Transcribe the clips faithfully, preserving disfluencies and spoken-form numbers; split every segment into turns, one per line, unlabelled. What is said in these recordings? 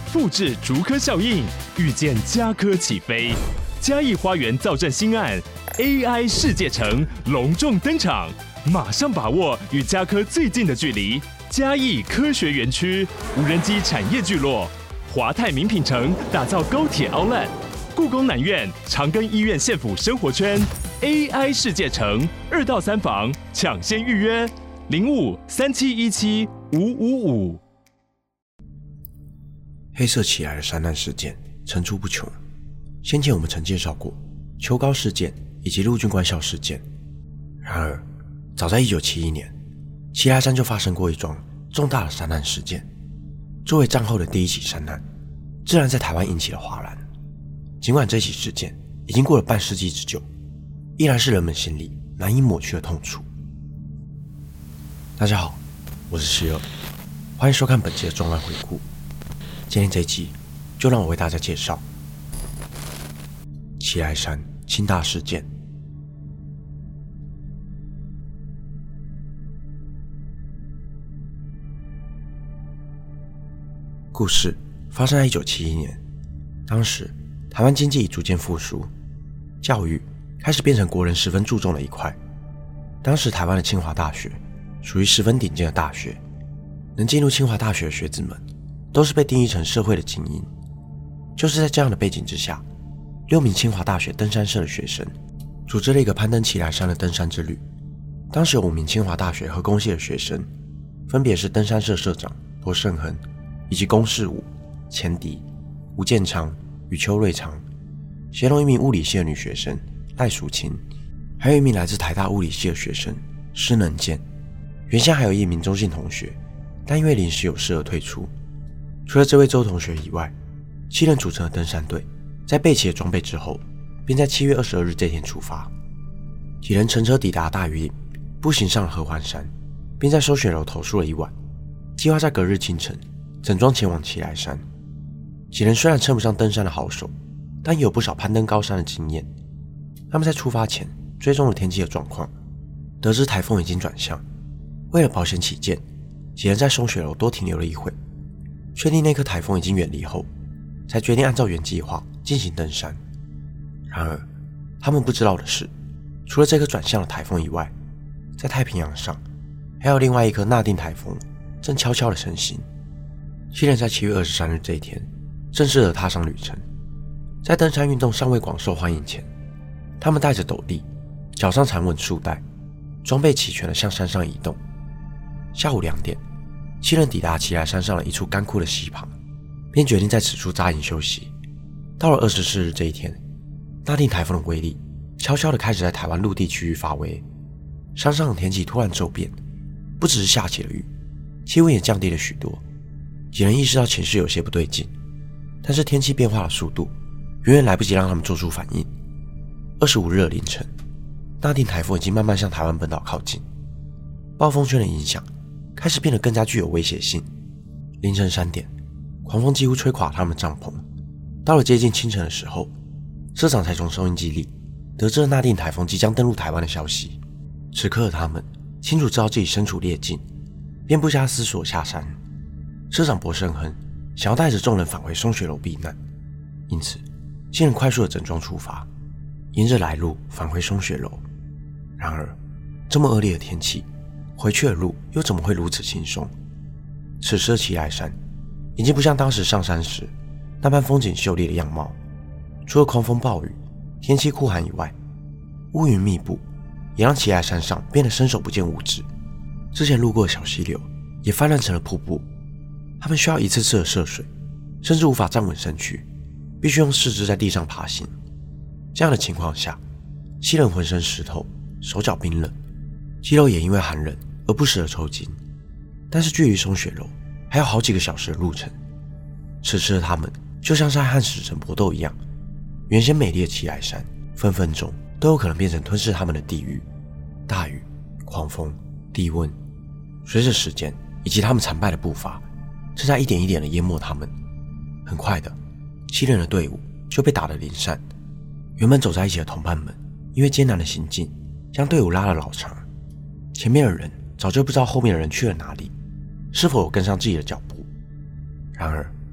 复制竹科效应，预见嘉科起飞。嘉义花园造镇新案 A I 世界城隆重登场，马上把握与嘉科最近的距离。嘉义科学园区无人机产业聚落，华泰名品城打造高铁 Outlet， 故宫南院长庚医院县府生活圈 A I 世界城二到三房抢先预约零五三七一七五五五。
黑色起来的山难事件层出不穷，先前我们曾介绍过秋高事件以及陆军官校事件。然而早在一九七一年，奇莱山就发生过一桩重大的山难事件。作为战后的第一起山难，自然在台湾引起了哗然。尽管这起事件已经过了半世纪之久，依然是人们心里难以抹去的痛楚。大家好，我是十二，欢迎收看本期的重案回顾。今天这一集就让我为大家介绍奇莱山清大事件。故事发生在一九七一年，当时台湾经济已逐渐复苏，教育开始变成国人十分注重的一块。当时台湾的清华大学属于十分顶尖的大学，能进入清华大学的学子们都是被定义成社会的精英。就是在这样的背景之下，六名清华大学登山社的学生组织了一个攀登奇莱山的登山之旅。当时有五名清华大学和工系的学生，分别是登山社社长罗胜亨，以及龚世武、钱迪、吴建昌与邱瑞昌，协同一名物理系的女学生赖淑清，还有一名来自台大物理系的学生施能健。原先还有一名周姓同学，但因为临时有事而退出。除了这位周同学以外，七人组成的登山队在备齐了装备之后，便在七月二十二日这天出发。几人乘车抵达大屿岭，步行上了合欢山，并在收雪楼投宿了一晚，计划在隔日清晨整装前往奇莱山。几人虽然称不上登山的好手，但也有不少攀登高山的经验。他们在出发前追踪了天气的状况，得知台风已经转向。为了保险起见，几人在松雪楼多停留了一会，确定那颗台风已经远离后，才决定按照原计划进行登山。然而他们不知道的是，除了这颗转向的台风以外，在太平洋上还有另外一颗纳定台风正悄悄地成型。七人在七月二十三日这一天正式地踏上旅程。在登山运动尚未广受欢迎前，他们带着斗笠，脚上缠稳束带，装备齐全地向山上移动。下午两点，七人抵达奇莱山上的一处干枯的溪旁，便决定在此处扎营休息。到了二十四日这一天，纳定台风的威力悄悄地开始在台湾陆地区域发威。山上的天气突然骤变，不只是下起了雨，气温也降低了许多。几人意识到情势有些不对劲，但是天气变化的速度远远来不及让他们做出反应。二十五日的凌晨，纳定台风已经慢慢向台湾本岛靠近，暴风圈的影响开始变得更加具有威胁性。凌晨三点，狂风几乎吹垮他们的帐篷。到了接近清晨的时候，社长才从收音机里得知了纳定台风即将登陆台湾的消息。此刻的他们清楚知道自己身处劣境，便不加思索下山。社长柏胜亨想要带着众人返回松雪楼避难，因此七人快速的整装出发，沿着来路返回松雪楼。然而这么恶劣的天气，回去的路又怎么会如此轻松？此时的奇莱山已经不像当时上山时那般风景秀丽的样貌，除了狂风暴雨、天气酷寒以外，乌云密布也让奇莱山上变得伸手不见五指。之前路过的小溪流也泛滥成了瀑布，他们需要一次次的涉水，甚至无法站稳身躯，必须用四肢在地上爬行。这样的情况下，七人浑身湿透，手脚冰冷，肌肉也因为寒冷而不时的抽筋。但是距离松雪楼还有好几个小时的路程，此时的他们就像是在和死神搏斗一样。原先美丽的奇莱山分分钟都有可能变成吞噬他们的地狱。大雨、狂风、低温，随着时间以及他们残败的步伐，正在一点一点的淹没他们。很快的，七人的队伍就被打得零散。原本走在一起的同伴们因为艰难的行进，将队伍拉了老长。前面的人早就不知道后面的人去了哪里，是否有跟上自己的脚步。然而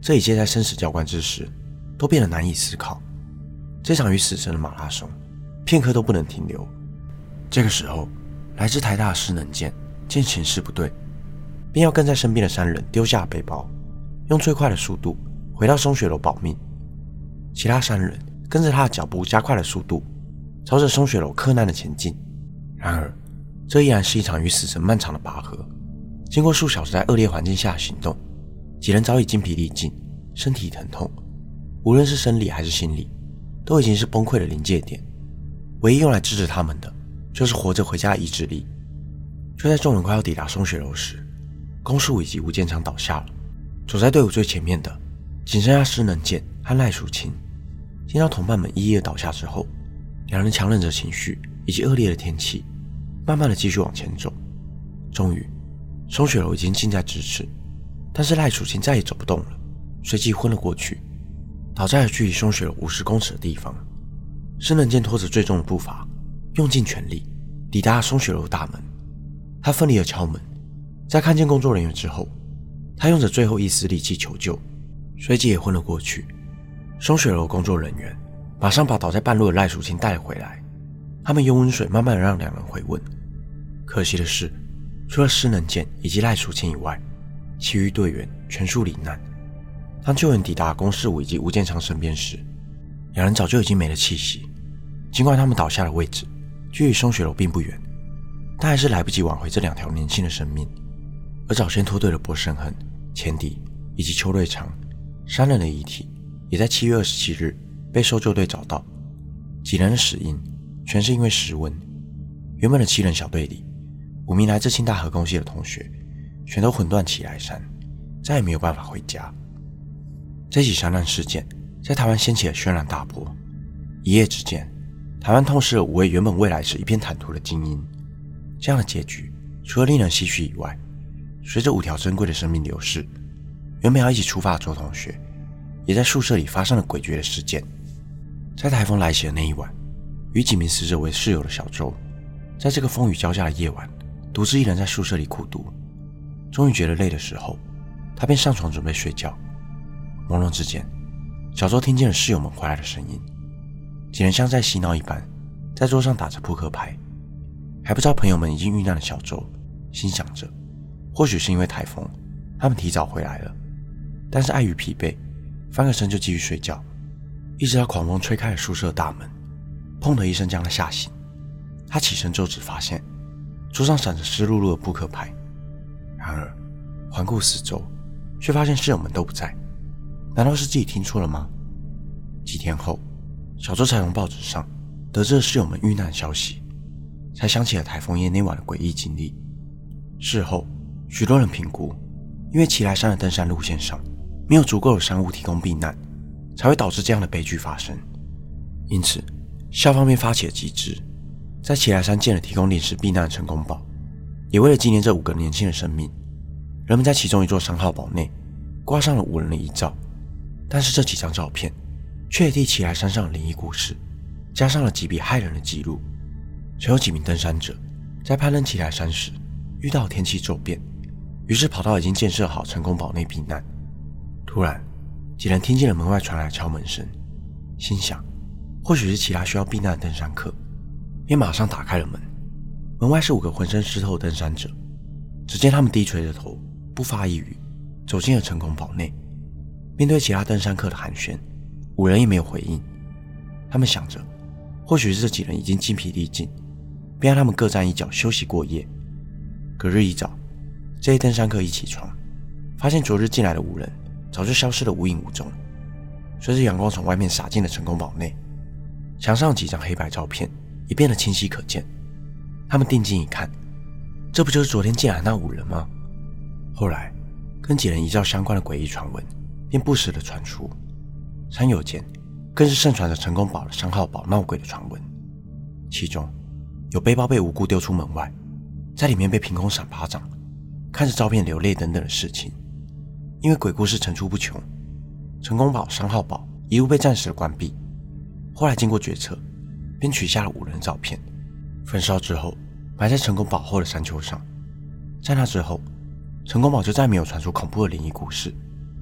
这一切在生死交关之时，都变得难以思考。这场与死神的马拉松，片刻都不能停留。这个时候，来自台大的施能健见情势不对，便要跟在身边的三人丢下背包，用最快的速度回到松雪楼保命。其他三人跟着他的脚步加快了速度，朝着松雪楼克难的前进。然而，这依然是一场与死神漫长的拔河。经过数小时在恶劣环境下的行动，几人早已精疲力尽，身体疼痛，无论是生理还是心理，都已经是崩溃的临界点。唯一用来支持他们的，就是活着回家的意志力。就在众人快要抵达松雪楼时，宫树以及吴建昌倒下了。走在队伍最前面的，仅剩下施能健和赖淑清。听到同伴们一一的倒下之后，两人强忍着情绪以及恶劣的天气，慢慢的继续往前走。终于，松雪楼已经近在咫尺，但是赖淑清再也走不动了，随即昏了过去，倒在了距离松雪楼五十公尺的地方。施能健拖着最重的步伐，用尽全力抵达了松雪楼大门。他奋力的敲门，在看见工作人员之后，他用着最后一丝力气求救，随即也昏了过去。松雪楼工作人员马上把倒在半路的赖淑清带了回来，他们用温水慢慢的让两人回温。可惜的是，除了施能健以及赖淑清以外，其余队员全数罹难。当救援抵达龚世武以及吴建昌身边时，两人早就已经没了气息。尽管他们倒下的位置距离松雪楼并不远，但还是来不及挽回这两条年轻的生命。而早先脱队的波胜亨、钱迪以及邱瑞昌三人的遗体也在七月二十七日被搜救队找到。几人的死因全是因为失温。原本的七人小队里，五名来自清大核工系的同学全都魂断奇莱山，再也没有办法回家。这起山难事件在台湾掀起了轩然大波，一夜之间，台湾痛失了五位原本未来是一片坦途的精英。这样的结局除了令人唏嘘以外，随着五条珍贵的生命流逝，原本要一起出发的周同学也在宿舍里发生了诡谲的事件。在台风来袭的那一晚，与几名死者为室友的小周，在这个风雨交加的夜晚，独自一人在宿舍里苦读。终于觉得累的时候，他便上床准备睡觉。朦胧之间，小周听见了室友们回来的声音，几人像在嬉闹一般，在桌上打着扑克牌。还不知道朋友们已经遇难的小周心想着，或许是因为台风，他们提早回来了，但是碍于疲惫，翻个身就继续睡觉，一直到狂风吹开了宿舍大门，砰的一声将他吓醒。他起身之后只发现桌上闪着湿漉漉的扑克牌，然而环顾四周，却发现室友们都不在。难道是自己听错了吗？几天后，小周才从报纸上得知了室友们遇难的消息，才想起了台风夜那晚的诡异经历。事后，许多人评估，因为奇莱山的登山路线上没有足够的山屋提供避难，才会导致这样的悲剧发生。因此，校方便发起了机制，在奇莱山建了提供临时避难的成功堡，也为了纪念这五个年轻的生命，人们在其中一座三号堡内挂上了五人的遗照。但是这几张照片却替奇莱山上的灵异故事加上了几笔骇人的记录。曾有几名登山者在攀登奇莱山时遇到天气骤变，于是跑到已经建设好成功堡内避难。突然，几人听见了门外传来的敲门声，心想或许是其他需要避难的登山客，便马上打开了门。门外是五个浑身湿透的登山者，只见他们低垂着头，不发一语，走进了成功堡内。面对其他登山客的寒暄，五人也没有回应。他们想着或许是这几人已经精疲力尽，便让他们各站一角休息过夜。隔日一早，这些登山客一起床，发现昨日进来的五人早就消失得无影无踪。随着阳光从外面洒进了成功堡内，墙上几张黑白照片也变得清晰可见。他们定睛一看，这不就是昨天进来的那五人吗？后来跟几人遗照相关的诡异传闻便不时地传出，山友间更是盛传着成功堡的三号堡闹鬼的传闻，其中有背包被无故丢出门外，在里面被凭空闪巴掌，看着照片流泪等等的事情。因为鬼故事层出不穷，成功堡三号堡一路被暂时关闭。后来经过决策，便取下了五人照片，焚烧之后埋在成功堡后的山丘上。在那之后，成功堡就再没有传出恐怖的灵异故事。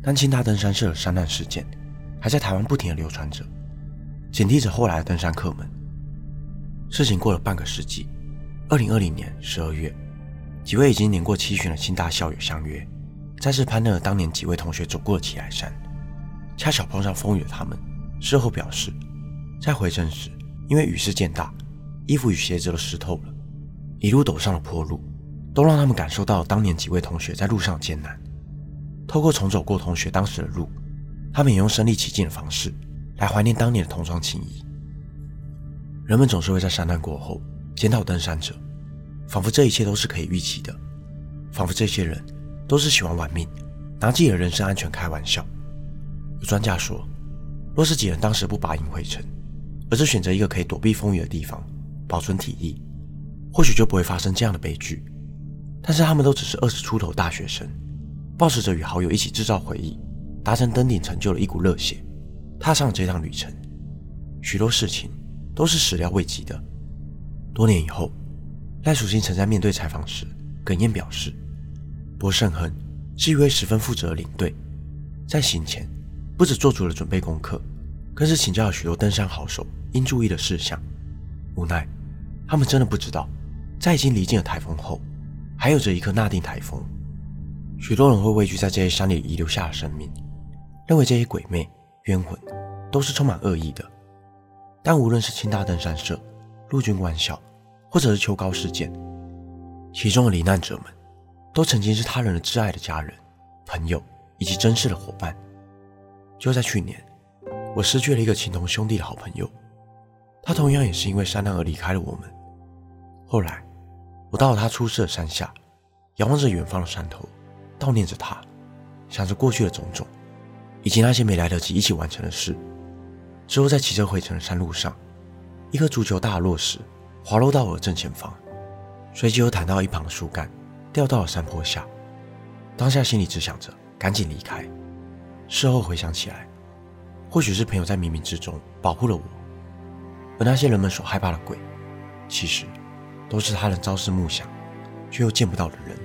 但清大登山社的山难事件还在台湾不停地流传着，警惕着后来的登山客们。事情过了半个世纪，二零二零年十二月，几位已经年过七旬的清大校友相约，再次攀登了当年几位同学走过的奇来山。恰巧碰上风雨的他们，事后表示，在回程时因为雨势渐大，衣服与鞋子都湿透了，一路陡上的坡路都让他们感受到了当年几位同学在路上的艰难。透过重走过同学当时的路，他们也用身临其境的方式来怀念当年的同窗情谊。人们总是会在山难过后检讨登山者，仿佛这一切都是可以预期的，仿佛这些人都是喜欢玩命，拿自己的人身安全开玩笑。有专家说，若是几人当时不拔营回程，而是选择一个可以躲避风雨的地方保存体力，或许就不会发生这样的悲剧。但是他们都只是二十出头大学生，抱持着与好友一起制造回忆，达成登顶成就的一股热血，踏上了这趟旅程。许多事情都是始料未及的。多年以后，赖淑欣曾在面对采访时哽咽表示，柏胜亨是一位十分负责的领队，在行前不只做足了准备功课，更是请教了许多登山好手应注意的事项。无奈他们真的不知道，在已经离境的台风后，还有着一颗纳丁台风。许多人会畏惧在这些山里遗留下的生命，认为这些鬼魅冤魂都是充满恶意的。但无论是清大登山社、陆军官校，或者是秋高事件，其中的罹难者们都曾经是他人的挚爱的家人、朋友以及珍视的伙伴。就在去年，我失去了一个情同兄弟的好朋友，他同样也是因为山难而离开了我们。后来我到了他出事的山下，仰望着远方的山头，悼念着他，想着过去的种种，以及那些没来得及一起完成的事。之后在骑车回程的山路上，一颗足球大的落石滑落到我的正前方，随即又弹到一旁的树干，掉到了山坡下。当下心里只想着赶紧离开。事后回想起来，或许是朋友在冥冥之中保护了我，而那些人们所害怕的鬼，其实都是他人朝思暮想却又见不到的人。